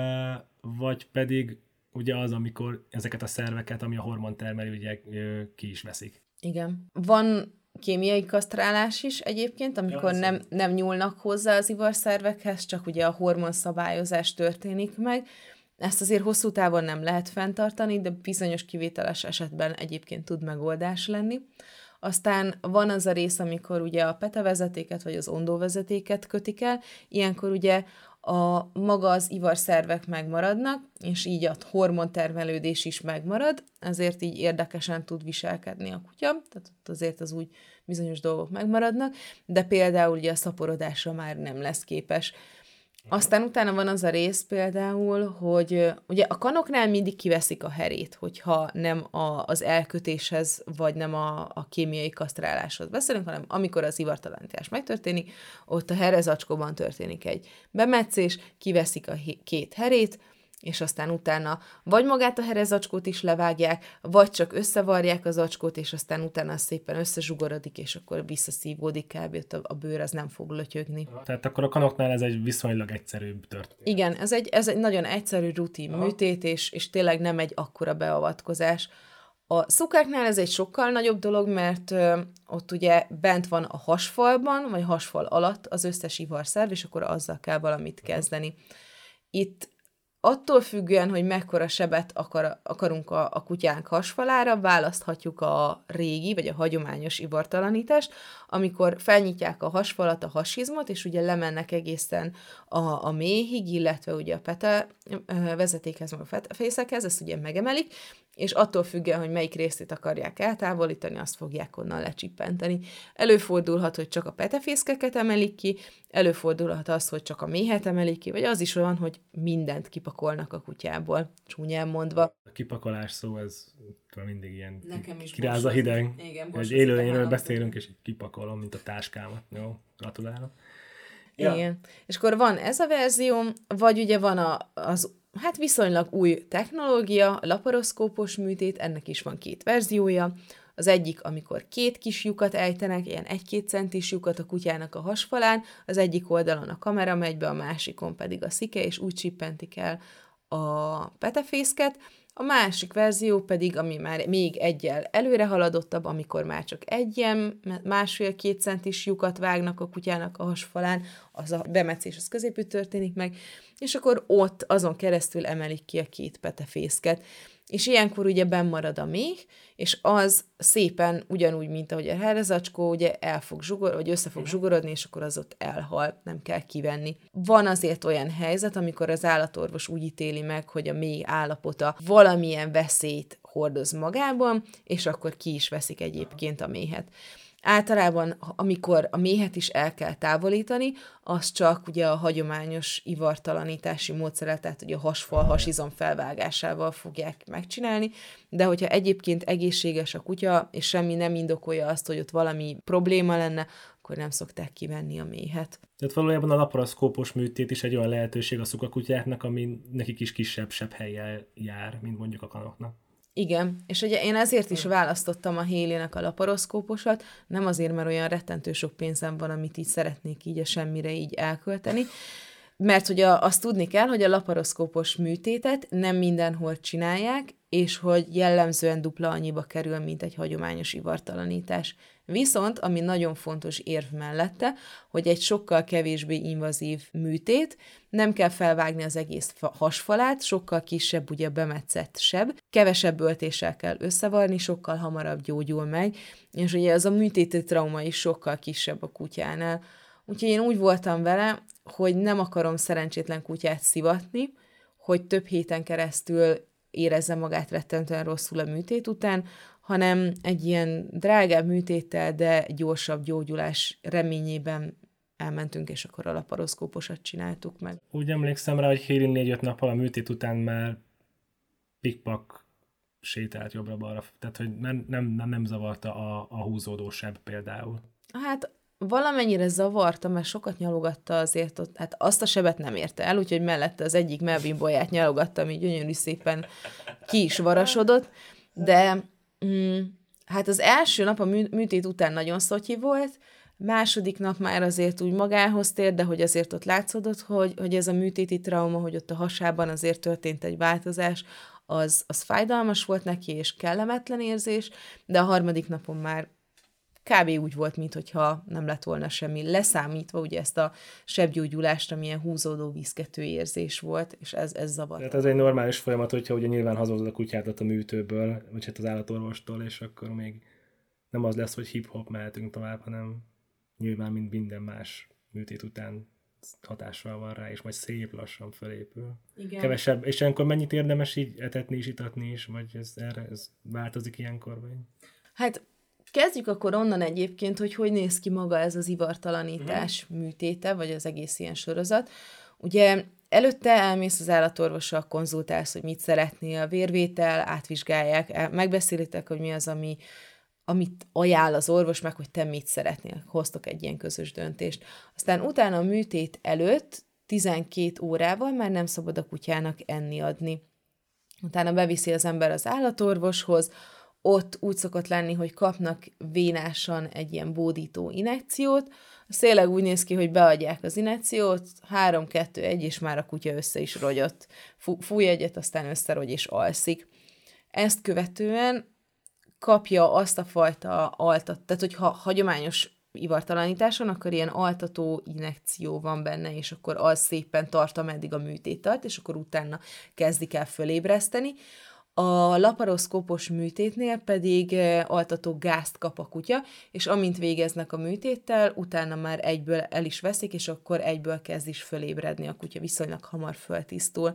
vagy pedig ugye az, amikor ezeket a szerveket, ami a hormon termelő, ugye ki is veszik. Igen. Van kémiai kasztrálás is egyébként, amikor ja, nem, nem nyúlnak hozzá az ivarszervekhez, csak ugye a hormonszabályozás történik meg. Ezt azért hosszú távon nem lehet fenntartani, de bizonyos kivételes esetben egyébként tud megoldás lenni. Aztán van az a rész, amikor ugye a petevezetéket vagy az ondóvezetéket kötik el, ilyenkor ugye a maga az ivarszervek megmaradnak, és így a hormontermelődés is megmarad, ezért így érdekesen tud viselkedni a kutya, tehát ott azért az úgy bizonyos dolgok megmaradnak, de például ugye a szaporodásra már nem lesz képes. Aztán utána van az a rész például, hogy ugye a kanoknál mindig kiveszik a herét, hogyha nem a, az elkötéshez, vagy nem a, a kémiai kasztráláshoz beszélünk, hanem amikor az ivartalanítás megtörténik, ott a herezacskóban történik egy bemetszés, kiveszik a két herét, és aztán utána vagy magát a herezacskót is levágják, vagy csak összevarják az acskót, és aztán utána szépen összezsugorodik, és akkor visszaszívódik kb. A bőr, az nem fog lötyögni. Tehát akkor a kanoknál ez egy viszonylag egyszerűbb történet. Igen, ez egy, ez egy nagyon egyszerű rutin Aha. műtét, és, és tényleg nem egy akkora beavatkozás. A szukáknál ez egy sokkal nagyobb dolog, mert ö, ott ugye bent van a hasfalban, vagy hasfal alatt az összes ivarszerv, és akkor azzal kell valamit kezdeni. Itt attól függően, hogy mekkora sebet akar, akarunk a, a kutyánk hasfalára, választhatjuk a régi, vagy a hagyományos ivartalanítást, amikor felnyitják a hasfalat, a hasizmot, és ugye lemennek egészen a, a méhig, illetve ugye a pete vezetékhez, meg a petefészekhez, ezt ugye megemelik, és attól függően, hogy melyik részét akarják eltávolítani, azt fogják onnan lecsippenteni. Előfordulhat, hogy csak a petefészkeket emelik ki, előfordulhat az, hogy csak a méhet emelik ki, vagy az is van, hogy mindent kipakolnak a kutyából, csúnyán mondva. A kipakolás szó, ez mindig ilyen is kiráz a hideg. Igen, egy élőlényről beszélünk, és így kipakolom, mint a táskámat. Jó, gratulálok. Ja. Igen. És akkor van ez a verzió, vagy ugye van a, az hát viszonylag új technológia, a laparoszkópos műtét, ennek is van két verziója. Az egyik, amikor két kis lyukat ejtenek, ilyen egy-két centis lyukat a kutyának a hasfalán, az egyik oldalon a kamera megy be, a másikon pedig a szike, és úgy csippentik el a petefészket. A másik verzió pedig, ami már még egyel előre haladottabb, amikor már csak egy ilyen másfél-két centis lyukat vágnak a kutyának a hasfalán, az a bemetszés az középül történik meg, és akkor ott azon keresztül emelik ki a két petefészket. És ilyenkor ugye benn marad a méh, és az szépen ugyanúgy, mint ahogy a herrezacskó, ugye el fog zsugor, vagy össze fog zsugorodni, és akkor az ott elhal, nem kell kivenni. Van azért olyan helyzet, amikor az állatorvos úgy ítéli meg, hogy a méh állapota valamilyen veszélyt hordoz magában, és akkor ki is veszik egyébként a méhet. Általában, amikor a méhet is el kell távolítani, az csak ugye a hagyományos ivartalanítási módszerrel, tehát ugye a hasfal, hasizom felvágásával fogják megcsinálni, de hogyha egyébként egészséges a kutya, és semmi nem indokolja azt, hogy ott valami probléma lenne, akkor nem szokták kivenni a méhet. Tehát valójában a laparoszkópos műtét is egy olyan lehetőség a szukakutyáknak, ami nekik is kisebb-sebb hellyel jár, mint mondjuk a kanoknak. Igen, és ugye én ezért is választottam a Haley-nek a laparoszkóposat, nem azért, mert olyan rettentő sok pénzem van, amit így szeretnék így a semmire így elkölteni, mert ugye azt tudni kell, hogy a laparoszkópos műtétet nem mindenhol csinálják, és hogy jellemzően dupla annyiba kerül, mint egy hagyományos ivartalanítás. Viszont, ami nagyon fontos érv mellette, hogy egy sokkal kevésbé invazív műtét, nem kell felvágni az egész hasfalát, sokkal kisebb ugye a bemetszett seb, kevesebb öltéssel kell összevarni, sokkal hamarabb gyógyul meg, és ugye ez a műtéti trauma is sokkal kisebb a kutyánál. Úgyhogy én úgy voltam vele, hogy nem akarom szerencsétlen kutyát szivatni, hogy több héten keresztül érezze magát rettentően rosszul a műtét után, hanem egy ilyen drágább műtéttel, de gyorsabb gyógyulás reményében elmentünk, és akkor a laparoszkóposat csináltuk meg. Úgy emlékszem rá, hogy Haley négy-öt nappal a műtét után már pikpak sétált jobbra-balra, tehát hogy nem, nem, nem, nem zavarta a, a húzódó seb például. Hát valamennyire zavarta, mert sokat nyalogatta azért ott, hát azt a sebet nem érte el, úgyhogy mellette az egyik Melvin bolyát nyalogatta, ami gyönyörű szépen ki is varasodott, de mm, hát az első nap a mű- műtét után nagyon szotyi volt, második nap már azért úgy magához tér, de hogy azért ott látszódott, hogy, hogy ez a műtéti trauma, hogy ott a hasában azért történt egy változás, az, az fájdalmas volt neki, és kellemetlen érzés, de a harmadik napon már kb. Úgy volt, mintha nem lett volna semmi, leszámítva ugye ezt a sebgyógyulást, amilyen húzódó, viszkető érzés volt, és ez, ez zavart. Tehát ez egy normális folyamat, hogyha ugye nyilván hazudod a kutyádat a műtőből, vagy hát az állatorvostól, és akkor még nem az lesz, hogy hip-hop mehetünk tovább, hanem nyilván, mint minden más műtét után hatással van rá, és majd szép lassan felépül. Igen. Kevesebb, és ilyenkor mennyit érdemes így etetni is, itatni is, vagy ez, erre, ez változik ilyenkor? Vagy? Hát kezdjük akkor onnan egyébként, hogy hogy néz ki maga ez az ivartalanítás mm. műtéte, vagy az egész ilyen sorozat. Ugye előtte elmész az állatorvossal, konzultálsz, hogy mit szeretnél, a vérvétel, átvizsgálják, megbeszélitek, hogy mi az, ami, amit ajánl az orvos, meg hogy te mit szeretnél, hoztok egy ilyen közös döntést. Aztán utána a műtét előtt tizenkét órával már nem szabad a kutyának enni adni. Utána beviszi az ember az állatorvoshoz, ott úgy szokott lenni, hogy kapnak vénásan egy ilyen bódító injekciót, az tényleg úgy néz ki, hogy beadják az injekciót, három, kettő, egy, és már a kutya össze is rogyott. Fúj egyet, aztán összerogy és alszik. Ezt követően kapja azt a fajta altat, tehát hogyha hagyományos ivartalanításon, akkor ilyen altató injekció van benne, és akkor az szépen tart, ameddig a műtét tart, és akkor utána kezdik el fölébreszteni. A laparoszkópos műtétnél pedig altató gázt kap a kutya, és amint végeznek a műtéttel, utána már egyből el is veszik, és akkor egyből kezd is fölébredni a kutya, viszonylag hamar föltisztul.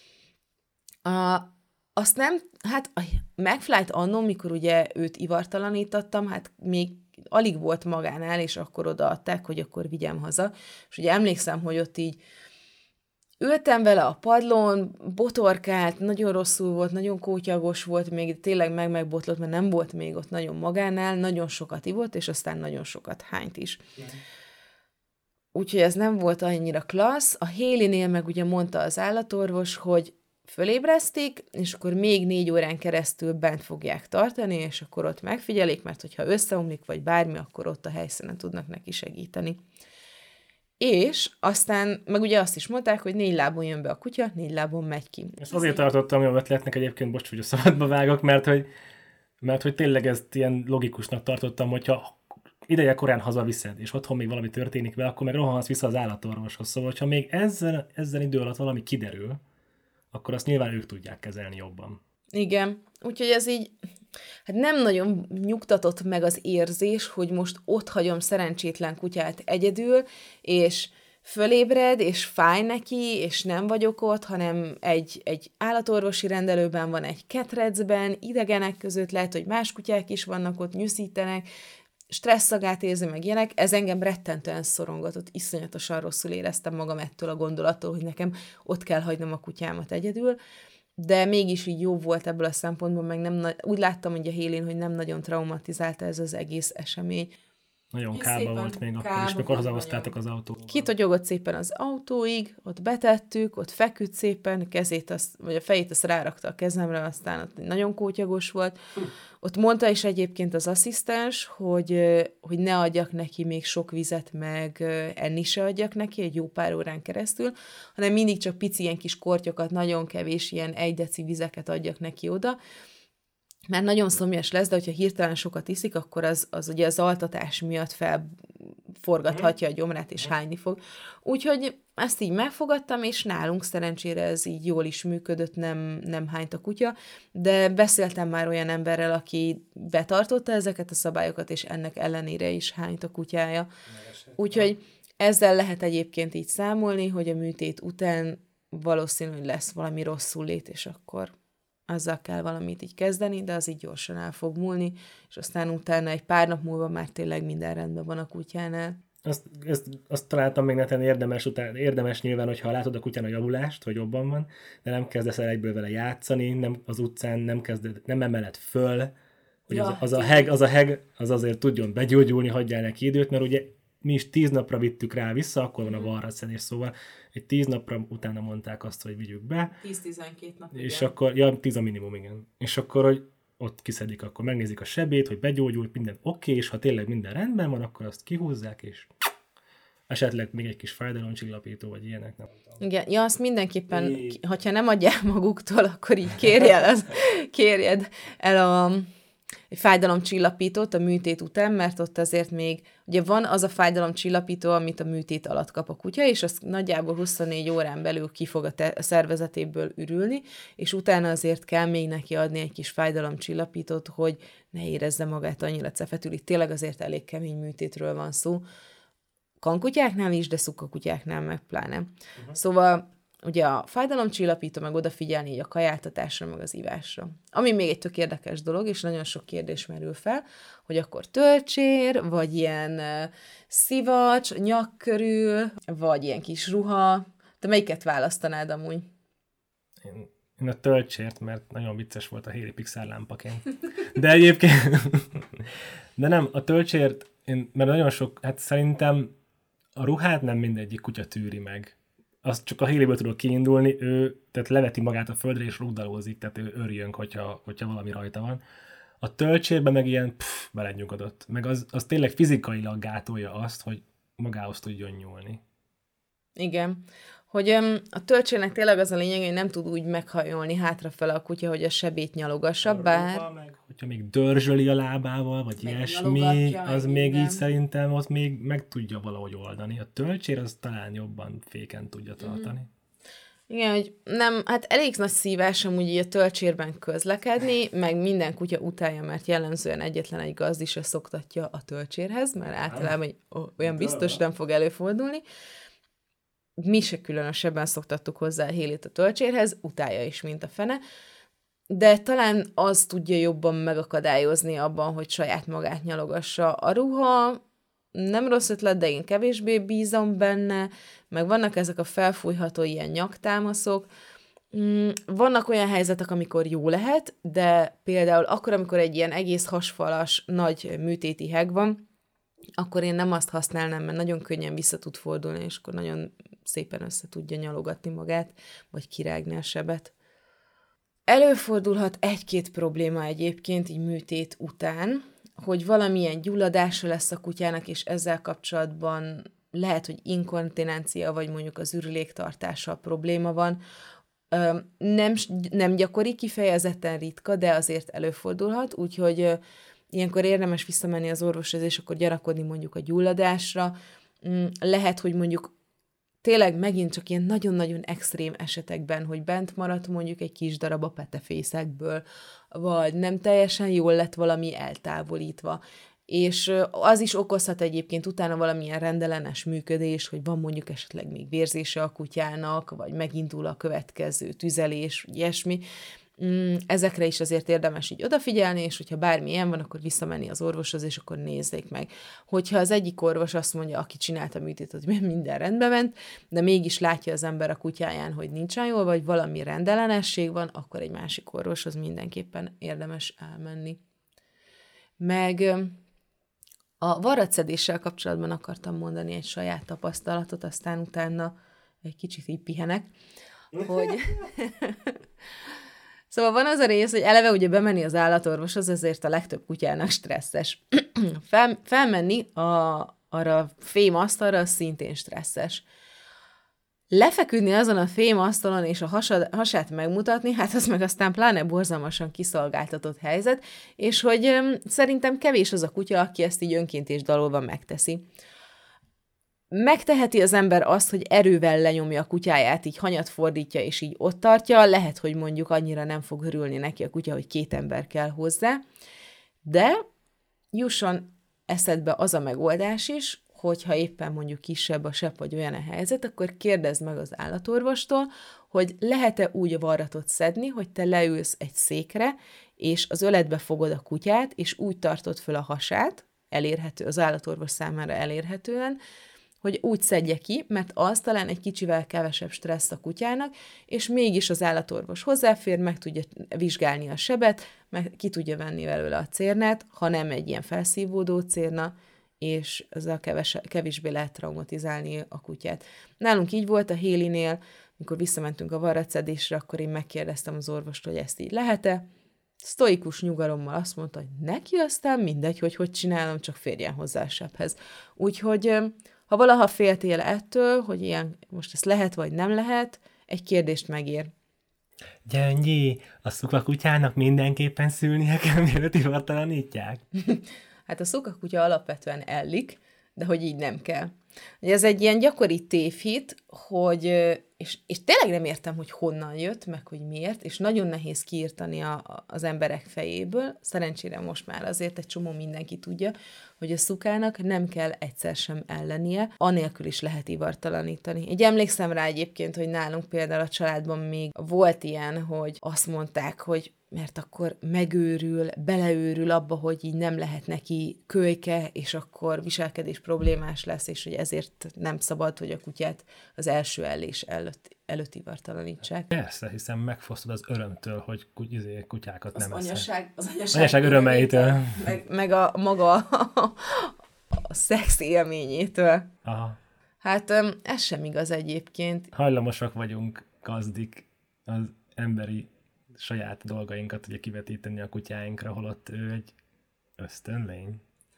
A, azt nem, hát a McFly-t annól, mikor ugye őt ivartalanítottam, hát még alig volt magánál, és akkor odaadták, hogy akkor vigyem haza. És ugye emlékszem, hogy ott így ültem vele a padlón, botorkált, nagyon rosszul volt, nagyon kótyagos volt, még tényleg meg-megbotlott, mert nem volt még ott nagyon magánál, nagyon sokat ivott, és aztán nagyon sokat hányt is. Yeah. Úgyhogy ez nem volt annyira klassz. A Hailey-nél meg ugye mondta az állatorvos, hogy fölébresztik, és akkor még négy órán keresztül bent fogják tartani, és akkor ott megfigyelik, mert hogyha összeomlik, vagy bármi, akkor ott a helyszínen tudnak neki segíteni. És aztán, meg ugye azt is mondták, hogy négy lábon jön be a kutya, négy lábon megy ki. Ezt azért tartottam jó ötletnek egyébként, bocs, hogy a szabadba vágok, mert hogy, mert hogy tényleg ezt ilyen logikusnak tartottam, hogyha ideje korán hazaviszed, és otthon még valami történik vele, akkor meg rohansz vissza az állatorvoshoz. Szóval, hogyha még ezzel, ezzel idő alatt valami kiderül, akkor azt nyilván ők tudják kezelni jobban. Igen, úgyhogy ez így, hát nem nagyon nyugtatott meg az érzés, hogy most ott hagyom szerencsétlen kutyát egyedül, és fölébred, és fáj neki, és nem vagyok ott, hanem egy, egy állatorvosi rendelőben van, egy ketrecben, idegenek között, lehet, hogy más kutyák is vannak ott, nyűszítenek, stresszagát érzi meg ilyenek, ez engem rettentően szorongatott, iszonyatosan rosszul éreztem magam ettől a gondolattól, hogy nekem ott kell hagynom a kutyámat egyedül, de mégis így jó volt ebből a szempontból, meg nem na- úgy láttam, hogy a Hailey-n, hogy nem nagyon traumatizálta ez az egész esemény. Nagyon kába volt még akkor is, mikor hazahoztátok az autóval. Kitogyogott szépen az autóig, ott betettük, ott feküdt szépen, kezét azt, vagy a fejét azt rárakta a kezemre, aztán ott nagyon kótyagos volt. Hm. Ott mondta is egyébként az asszisztens, hogy, hogy ne adjak neki még sok vizet, meg enni se adjak neki egy jó pár órán keresztül, hanem mindig csak pici ilyen kis kortyokat, nagyon kevés ilyen egy deci vizeket adjak neki oda, mert nagyon szomjas lesz, de hogyha hirtelen sokat iszik, akkor az, az ugye az altatás miatt felforgathatja a gyomrát, és hányni fog. Úgyhogy ezt így megfogadtam, és nálunk szerencsére ez így jól is működött, nem, nem hányt a kutya, de beszéltem már olyan emberrel, aki betartotta ezeket a szabályokat, és ennek ellenére is hányt a kutyája. Úgyhogy ezzel lehet egyébként így számolni, hogy a műtét után valószínű, hogy lesz valami rosszul lét, és akkor azzal kell valamit így kezdeni, de az így gyorsan el fog múlni, és aztán utána egy pár nap múlva már tényleg minden rendben van a kutyánál. Azt, ezt, azt találtam még neten érdemes, után, érdemes nyilván, hogyha látod a kutyán a javulást, hogy jobban van, de nem kezdesz el egyből vele játszani, nem az utcán nem kezded, nem emeled föl, hogy ja, az, az, a heg, az a heg az azért tudjon begyógyulni, hagyjál neki időt, mert ugye mi is tíz napra vittük rá vissza, akkor van a varratszedés, szóval egy tíz napra utána mondták azt, hogy vigyük be. tíz-tizenkét nap, és igen. akkor, ja, tíz a minimum, igen. És akkor, hogy ott kiszedik, akkor megnézik a sebét, hogy begyógyult, minden oké, és ha tényleg minden rendben van, akkor azt kihúzzák, és esetleg még egy kis fájdalomcsillapító, vagy ilyenek, nem tudom. Igen, ja, azt mindenképpen, é... hogyha nem adják maguktól, akkor így kérjel, az, kérjed el a egy fájdalomcsillapítót a műtét után, mert ott azért még, ugye van az a fájdalomcsillapító, amit a műtét alatt kap a kutya, és az nagyjából huszonnégy órán belül ki fog a, te- a szervezetéből ürülni, és utána azért kell még neki adni egy kis fájdalomcsillapítót, hogy ne érezze magát annyira cefetül. Itt tényleg azért elég kemény műtétről van szó. Kankutyáknál is, de szukkakutyáknál meg pláne. Uh-huh. Szóval ugye a fájdalomcsillapító, meg odafigyelni így a kajáltatásra, meg az ivásra. Ami még egy tök érdekes dolog, és nagyon sok kérdés merül fel, hogy akkor tölcsér, vagy ilyen uh, szivacs, nyak körül, vagy ilyen kis ruha. Te melyiket választanád amúgy? Én, én a tölcsért, mert nagyon vicces volt a Hailey Pixar lámpaként. De egyébként, de nem, a tölcsért, én, mert nagyon sok, hát szerintem a ruhát nem mindegyik kutya tűri meg. Azt csak a Hailey-ből tudok kiindulni, ő tehát leveti magát a földre és rugdalózik, tehát ő örjön, hogyha, hogyha valami rajta van. A tölcsérben meg ilyen pff, belenyugodott. Meg az, az tényleg fizikailag gátolja azt, hogy magához tudjon nyúlni. Igen. Hogy um, a tölcsérnek tényleg az a lényeg, hogy nem tud úgy meghajolni hátrafele a kutya, hogy a sebét nyalogassa, a bár... ruha meg, hogy hogyha még dörzsöli a lábával, vagy Meg ilyesmi, nyalogatja, az meg még minden. így szerintem ott még meg tudja valahogy oldani. A tölcsér az talán jobban féken tudja tartani. Igen, hogy nem, hát elég nagy szívás amúgy így a tölcsérben közlekedni, meg minden kutya utálja, mert jellemzően egyetlen egy gazdi se szoktatja a tölcsérhez, mert általában egy, olyan biztos nem fog előfordulni. Mi se különösebben szoktattuk hozzá a Hélit a tölcsérhez, utálja is, mint a fene, de talán az tudja jobban megakadályozni abban, hogy saját magát nyalogassa. A ruha nem rossz ötlet, de én kevésbé bízom benne, meg vannak ezek a felfújható ilyen nyaktámaszok. Vannak olyan helyzetek, amikor jó lehet, de például akkor, amikor egy ilyen egész hasfalas, nagy műtéti heg van, akkor én nem azt használnám, mert nagyon könnyen vissza tud fordulni, és akkor nagyon szépen össze tudja nyalogatni magát, vagy kirágni a sebet. Előfordulhat egy-két probléma egyébként, így műtét után, hogy valamilyen gyulladása lesz a kutyának, és ezzel kapcsolatban lehet, hogy inkontinencia, vagy mondjuk az ürüléktartással probléma van. Nem, nem gyakori, kifejezetten ritka, de azért előfordulhat, úgyhogy ilyenkor érdemes visszamenni az orvoshoz, és akkor gyanakodni mondjuk a gyulladásra. Lehet, hogy mondjuk tényleg megint csak ilyen nagyon-nagyon extrém esetekben, hogy bent maradt mondjuk egy kis darab a petefészekből, vagy nem teljesen jól lett valami eltávolítva. És az is okozhat egyébként utána valamilyen rendellenes működés, hogy van mondjuk esetleg még vérzése a kutyának, vagy megindul a következő tüzelés, ilyesmi. Ezekre is azért érdemes így odafigyelni, és hogyha bármi ilyen van, akkor visszamenni az orvoshoz, és akkor nézzék meg. Hogyha az egyik orvos azt mondja, aki csinálta a műtétet, hogy minden rendben ment, de mégis látja az ember a kutyáján, hogy nincsen jól, vagy valami rendellenesség van, akkor egy másik orvoshoz mindenképpen érdemes elmenni. Meg a varratszedéssel kapcsolatban akartam mondani egy saját tapasztalatot, aztán utána egy kicsit így pihenek, hogy... Szóval van az a rész, hogy eleve ugye bemenni az állatorvoshoz, ezért a legtöbb kutyának stresszes. Fel, felmenni a, arra a fémasztalra, az szintén stresszes. Lefeküdni azon a fémasztalon és a hasad, hasát megmutatni, hát az meg aztán pláne borzalmasan kiszolgáltatott helyzet, és hogy um, szerintem kevés az a kutya, aki ezt így önként és dalolva megteszi. Megteheti az ember azt, hogy erővel lenyomja a kutyáját, így hanyat fordítja, és így ott tartja, lehet, hogy mondjuk annyira nem fog örülni neki a kutya, hogy két ember kell hozzá, de jusson eszedbe az a megoldás is, hogyha éppen mondjuk kisebb a sebb, vagy olyan a helyzet, akkor kérdezd meg az állatorvostól, hogy lehet-e úgy a varratot szedni, hogy te leülsz egy székre, és az öletbe fogod a kutyát, és úgy tartod föl a hasát, elérhető, az állatorvos számára elérhetően, hogy úgy szedje ki, mert az talán egy kicsivel kevesebb stressz a kutyának, és mégis az állatorvos hozzáfér, meg tudja vizsgálni a sebet, meg ki tudja venni belőle a cérnát, ha nem egy ilyen felszívódó cérna, és ezzel keves, kevésbé lehet traumatizálni a kutyát. Nálunk így volt a Hélinél, amikor visszamentünk a varratszedésre, akkor én megkérdeztem az orvostól, hogy ezt így lehet-e. Sztoikus nyugalommal azt mondta, hogy neki aztán mindegy, hogy hogy csinálom, csak férjen hozzá a sebhez. Úgyhogy ha valaha féltél ettől, hogy ilyen most ezt lehet vagy nem lehet, egy kérdést megér. Gyöngyi, a szukakutyának mindenképpen szülnie kell, mielőtt ivartalanítják? Hát a szukakutya alapvetően ellik, de hogy így nem kell. Ez egy ilyen gyakori tévhit, hogy, és, és tényleg nem értem, hogy honnan jött, meg hogy miért, és nagyon nehéz kiírtani a, az emberek fejéből. Szerencsére most már azért egy csomó mindenki tudja, hogy a szukának nem kell egyszer sem ellenie, anélkül is lehet ivartalanítani. Így emlékszem rá egyébként, hogy nálunk például a családban még volt ilyen, hogy azt mondták, hogy mert akkor megőrül, beleőrül abba, hogy így nem lehet neki kölyke, és akkor viselkedés problémás lesz, és hogy ezért nem szabad, hogy a kutyát az első ellés előtt, előtt ivartalanítsák. Persze, hiszen megfosztod az örömtől, hogy kuty, izé, kutyákat az nem eszel. Anyaság, az anyaság, anyaság örömeitől. Meg, meg a maga a, a szex élményétől. Aha. Hát ez sem igaz egyébként. Hajlamosak vagyunk, gazdik, az emberi saját dolgainkat ugye kivetíteni a kutyáinkra, holott ő egy ösztönlény.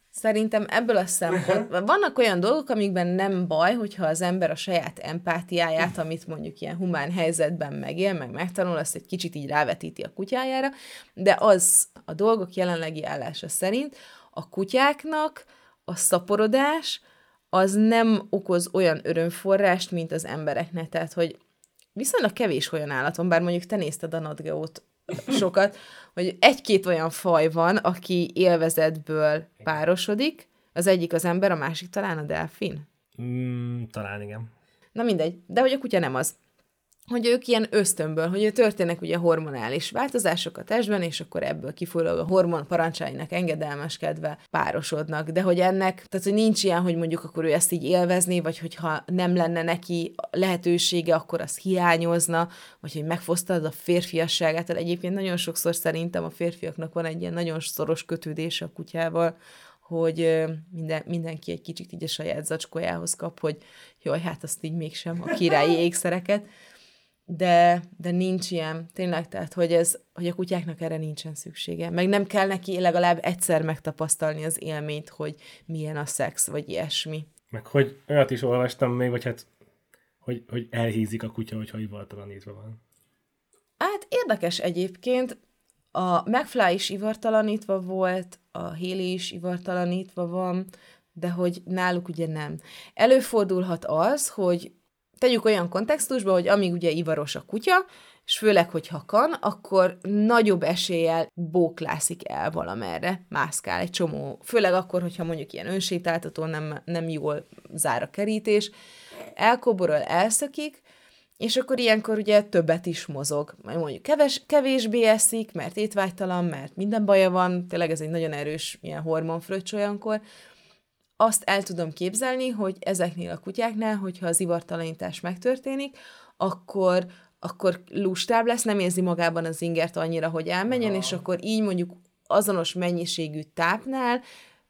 Szerintem ebből a szempontból vannak olyan dolgok, amikben nem baj, hogyha az ember a saját empátiáját, amit mondjuk ilyen humán helyzetben megél, meg megtanul, azt egy kicsit így rávetíti a kutyájára, de az a dolgok jelenlegi állása szerint a kutyáknak a szaporodás az nem okoz olyan örömforrást, mint az embereknek. Tehát, hogy viszonylag kevés olyan állaton, bár mondjuk te nézted a Nat Geo-t sokat, hogy egy-két olyan faj van, aki élvezetből párosodik, az egyik az ember, a másik talán a delfin. Mm, talán igen. Na mindegy, de hogy a kutya nem az. Hogy ők ilyen ösztönből, hogy történnek ugye hormonális változások a testben, és akkor ebből kifolyólag a hormon parancsainak engedelmeskedve párosodnak. De hogy ennek, tehát hogy nincs ilyen, hogy mondjuk akkor ő ezt így élvezné, vagy hogyha nem lenne neki lehetősége, akkor az hiányozna, vagy hogy megfosztad a férfiasságát. Tehát egyébként nagyon sokszor szerintem a férfiaknak van egy ilyen nagyon szoros kötődése a kutyával, hogy minden, mindenki egy kicsit így a saját zacskójához kap, hogy jaj, hát azt így mégsem, a királyi ékszereket. De, de nincs ilyen, tényleg, tehát, hogy, ez, hogy a kutyáknak erre nincsen szüksége. Meg nem kell neki legalább egyszer megtapasztalni az élményt, hogy milyen a szex, vagy ilyesmi. Meg hogy olyat is olvastam még, vagy hát, hogy, hogy elhízik a kutya, hogyha ivartalanítva van. Hát érdekes egyébként, a McFly is ivartalanítva volt, a Haley is ivartalanítva van, de hogy náluk ugye nem. Előfordulhat az, hogy tegyük olyan kontextusba, hogy amíg ugye ivaros a kutya, és főleg, hogy hakan, akkor nagyobb eséllyel bóklászik el valamerre, mászkál egy csomó. Főleg akkor, hogyha mondjuk ilyen önsétáltató, nem, nem jól zár a kerítés, elkoborol, elszökik, és akkor ilyenkor ugye többet is mozog. Mondjuk keves, kevésbé eszik, mert étvágytalan, mert minden baja van, tényleg ez egy nagyon erős ilyen hormonfröccs olyankor. Azt el tudom képzelni, hogy ezeknél a kutyáknál, hogyha az ivartalanítás megtörténik, akkor, akkor lustább lesz, nem érzi magában az ingert annyira, hogy elmenjen, és akkor így mondjuk azonos mennyiségű tápnál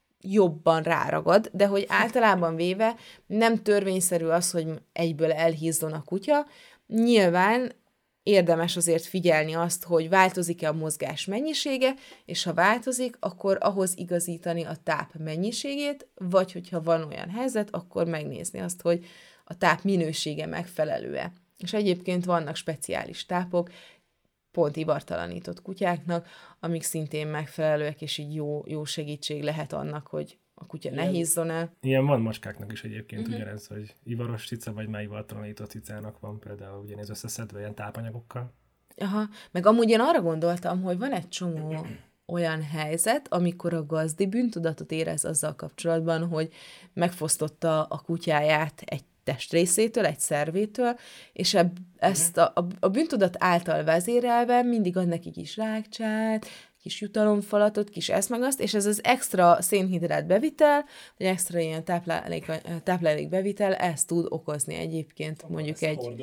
jobban ráragad, de hogy általában véve nem törvényszerű az, hogy egyből elhízzon a kutya. Nyilván érdemes azért figyelni azt, hogy változik-e a mozgás mennyisége, és ha változik, akkor ahhoz igazítani a táp mennyiségét, vagy hogyha van olyan helyzet, akkor megnézni azt, hogy a táp minősége megfelelő-e. És egyébként vannak speciális tápok, pont ivartalanított kutyáknak, amik szintén megfelelőek, és így jó, jó segítség lehet annak, hogy a kutya ne hízzon el. Ilyen van macskáknak is egyébként Uh-huh. ugyanez, hogy ivaros cica, vagy már ivartalanított cicának van például ugyanez összeszedve ilyen tápanyagokkal. Aha, meg amúgy én arra gondoltam, hogy van egy csomó olyan helyzet, amikor a gazdi bűntudatot érez azzal kapcsolatban, hogy megfosztotta a kutyáját egy testrészétől, egy szervétől, és ebb, ezt a, a, a bűntudat által vezérelve mindig ad neki kis rágcsát, kis jutalomfalatot, kis ezt meg azt, és ez az extra szénhidrát bevitel, vagy extra ilyen táplálék, táplálék bevitel, ezt tud okozni egyébként mondjuk egy, hordó.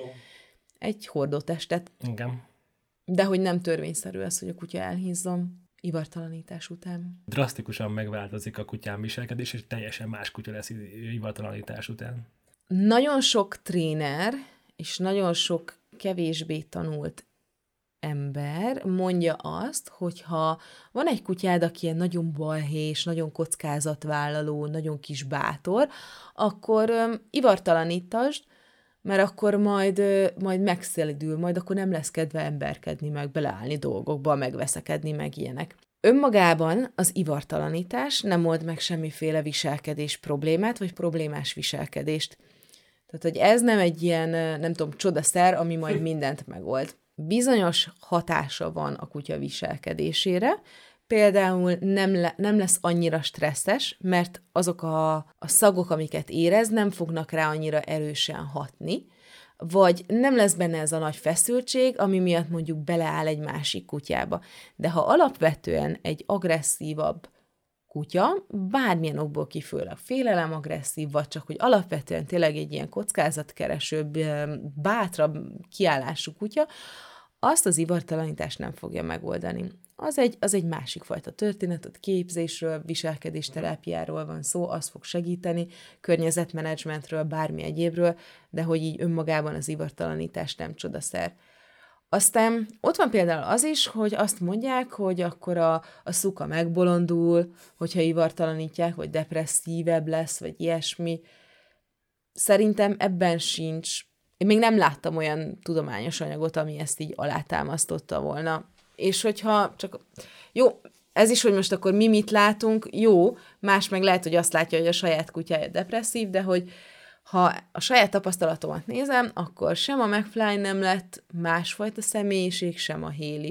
egy hordótestet. Igen. De hogy nem törvényszerű az, hogy a kutya elhízzon ivartalanítás után. Drasztikusan megváltozik a kutyám viselkedés, és teljesen más kutya lesz ivartalanítás után. Nagyon sok tréner, és nagyon sok kevésbé tanult ember mondja azt, hogyha van egy kutyád, aki ilyen nagyon balhés, nagyon kockázatvállaló, nagyon kis bátor, akkor öm, ivartalanítasd, mert akkor majd, ö, majd megszelidül, majd akkor nem lesz kedve emberkedni, meg beleállni dolgokba, megveszekedni, meg ilyenek. Önmagában az ivartalanítás nem old meg semmiféle viselkedés problémát, vagy problémás viselkedést. Tehát, hogy ez nem egy ilyen, nem tudom, csodaszer, ami majd mindent megold. Bizonyos hatása van a kutya viselkedésére, például nem, le, nem lesz annyira stresszes, mert azok a, a szagok, amiket érez, nem fognak rá annyira erősen hatni, vagy nem lesz benne ez a nagy feszültség, ami miatt mondjuk beleáll egy másik kutyába. De ha alapvetően egy agresszívabb kutya, bármilyen okból kifolyólag félelem agresszív, vagy csak, hogy alapvetően tényleg egy ilyen kockázatkeresőbb, bátrabb kiállású kutya, azt az ivartalanítást nem fogja megoldani. Az egy, az egy másik fajta történet, ott képzésről, viselkedésterápiáról van szó, az fog segíteni, környezetmenedzsmentről, bármi egyébről, de hogy így önmagában az ivartalanítás nem csodaszer. Aztán ott van például az is, hogy azt mondják, hogy akkor a, a szuka megbolondul, hogyha ivartalanítják, vagy depresszívebb lesz, vagy ilyesmi. Szerintem ebben sincs. Én még nem láttam olyan tudományos anyagot, ami ezt így alátámasztotta volna. És hogyha csak... Jó, ez is, hogy most akkor mi mit látunk, jó, más meg lehet, hogy azt látja, hogy a saját kutyája depresszív, de hogy ha a saját tapasztalatomat nézem, akkor sem a McFly nem lett másfajta személyiség, sem a Hailey.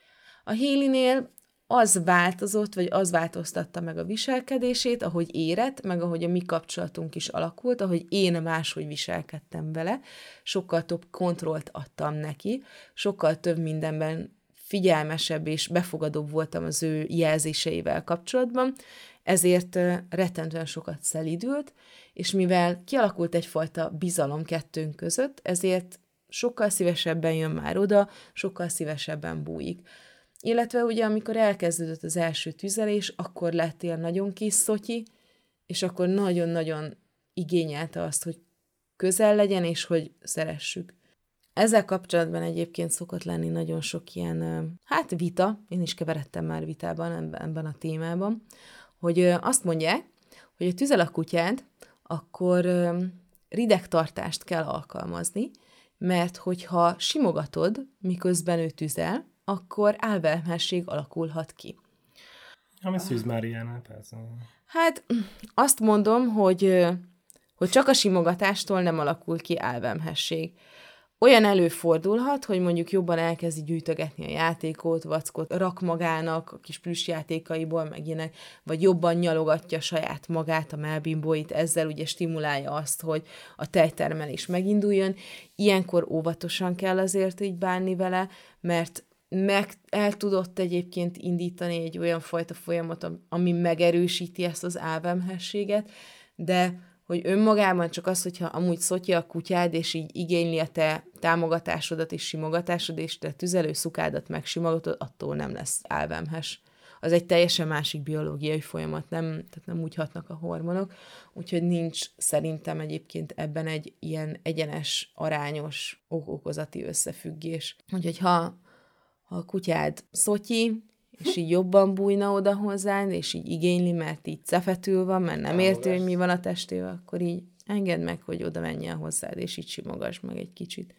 A Haileynél az változott, vagy az változtatta meg a viselkedését, ahogy érett, meg ahogy a mi kapcsolatunk is alakult, ahogy én máshogy viselkedtem vele, sokkal több kontrollt adtam neki, sokkal több mindenben figyelmesebb és befogadóbb voltam az ő jelzéseivel kapcsolatban, ezért rettentően sokat szelídült, és mivel kialakult egyfajta bizalom kettőnk között, ezért sokkal szívesebben jön már oda, sokkal szívesebben bújik. Illetve ugye, amikor elkezdődött az első tüzelés, akkor lettél nagyon kis szotyi, és akkor nagyon-nagyon igényelte azt, hogy közel legyen, és hogy szeressük. Ezzel kapcsolatban egyébként szokott lenni nagyon sok ilyen, hát vita, én is keveredtem már vitában ebben a témában, hogy azt mondják, hogy a tüzel a kutyád, akkor ridegtartást kell alkalmazni, mert hogyha simogatod, miközben ő tüzel, akkor álvelmesség alakulhat ki. Ami Szűz Máriánál, persze. Hát azt mondom, hogy, hogy csak a simogatástól nem alakul ki álvemhesség. Olyan előfordulhat, hogy mondjuk jobban elkezdi gyűjtögetni a játékot, vackot rak magának a kis plüssjátékaiból, meg ilyenek, vagy jobban nyalogatja saját magát, a melbimbóit, ezzel ugye stimulálja azt, hogy a tejtermelés meginduljon. Ilyenkor óvatosan kell azért így bánni vele, mert meg el tudott egyébként indítani egy olyan fajta folyamat, ami megerősíti ezt az álvemhességet, de hogy önmagában csak az, hogyha amúgy szotyi a kutyád, és így igényli a te támogatásodat és simogatásod, és te tüzelő szukádat megsimogatod, attól nem lesz álvemhes. Az egy teljesen másik biológiai folyamat, nem, tehát nem úgy hatnak a hormonok, úgyhogy nincs szerintem egyébként ebben egy ilyen egyenes, arányos ok-okozati összefüggés. Úgyhogy ha, ha a kutyád szotyi, és így jobban bújna oda hozzád, és így igényli, mert így cefetül van, mert nem érti, hogy mi van a testével, akkor így engedd meg, hogy oda menjen hozzád, és így simogass meg egy kicsit,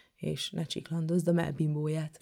és ne csiklandozd a melbimbóját.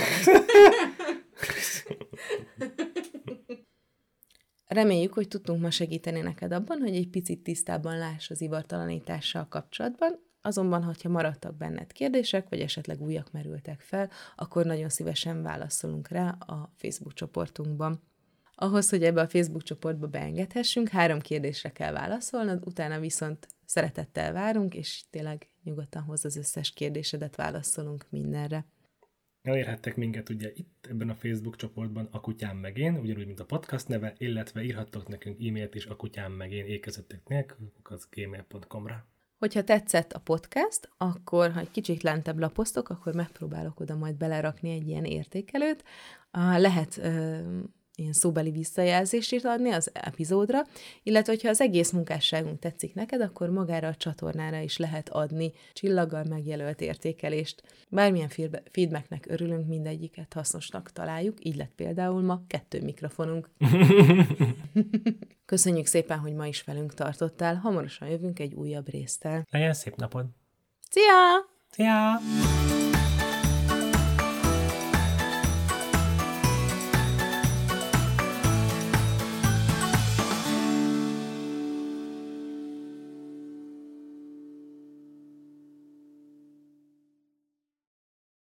Reméljük, hogy tudtunk ma segíteni neked abban, hogy egy picit tisztában láss az ivartalanítással kapcsolatban, azonban, hogyha maradtak benned kérdések, vagy esetleg újak merültek fel, akkor nagyon szívesen válaszolunk rá a Facebook csoportunkban. Ahhoz, hogy ebbe a Facebook csoportba beengedhessünk, három kérdésre kell válaszolnod, utána viszont szeretettel várunk, és tényleg nyugodtan hozz az összes kérdésedet, válaszolunk mindenre. Elérhettek minket ugye itt ebben a Facebook csoportban a Kutyám meg én, ugyanúgy, mint a podcast neve, illetve írhattok nekünk e-mailt is a kutyám meg én ékezetek nélkül, az gmail pont com-ra. Hogyha tetszett a podcast, akkor ha egy kicsit lentebb lapoztok, akkor megpróbálok oda majd belerakni egy ilyen értékelőt. Lehet uh, ilyen szóbeli visszajelzést is adni az epizódra, illetve hogyha az egész munkásságunk tetszik neked, akkor magára a csatornára is lehet adni csillaggal megjelölt értékelést. Bármilyen feedbacknek örülünk, mindegyiket hasznosnak találjuk, így lett például ma kettő mikrofonunk. Köszönjük szépen, hogy ma is velünk tartottál, hamarosan jövünk egy újabb résztel. Legyen szép napod! Szia! Szia!